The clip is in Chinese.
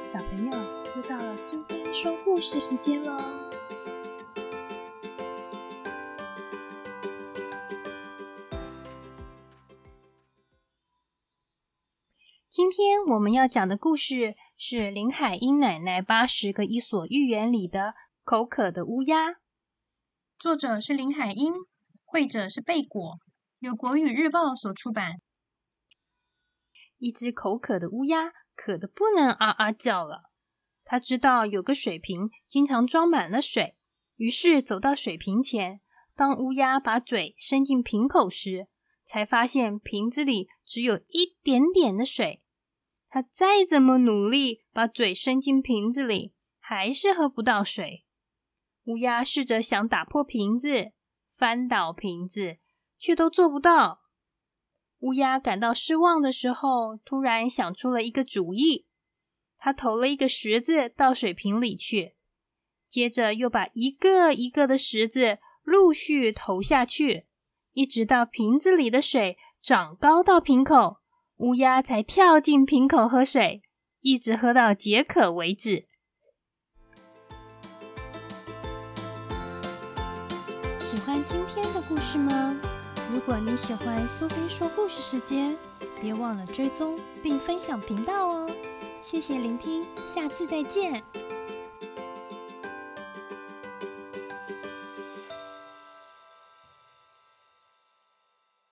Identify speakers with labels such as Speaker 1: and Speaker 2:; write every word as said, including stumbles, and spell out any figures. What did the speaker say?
Speaker 1: 小朋友，又到了苏菲说故事时间咯。今天我们要讲的故事是林海音奶奶八十个伊索寓言里的口渴的乌鸦。作者是林海音，绘者是贝果，由国语日报所出版。一只口渴的乌鸦渴得不能啊啊叫了，它知道有个水瓶经常装满了水，于是走到水瓶前。当乌鸦把嘴伸进瓶口时，才发现瓶子里只有一点点的水。它再怎么努力把嘴伸进瓶子里，还是喝不到水。乌鸦试着想打破瓶子，翻倒瓶子，却都做不到。乌鸦感到失望的时候，突然想出了一个主意。他投了一个石子到水瓶里去，接着又把一个一个的石子陆续投下去，一直到瓶子里的水长高到瓶口，乌鸦才跳进瓶口喝水，一直喝到解渴为止。喜欢今天的故事吗？如果你喜欢苏菲说故事时间，别忘了追踪并分享频道哦。谢谢聆听，下次再见。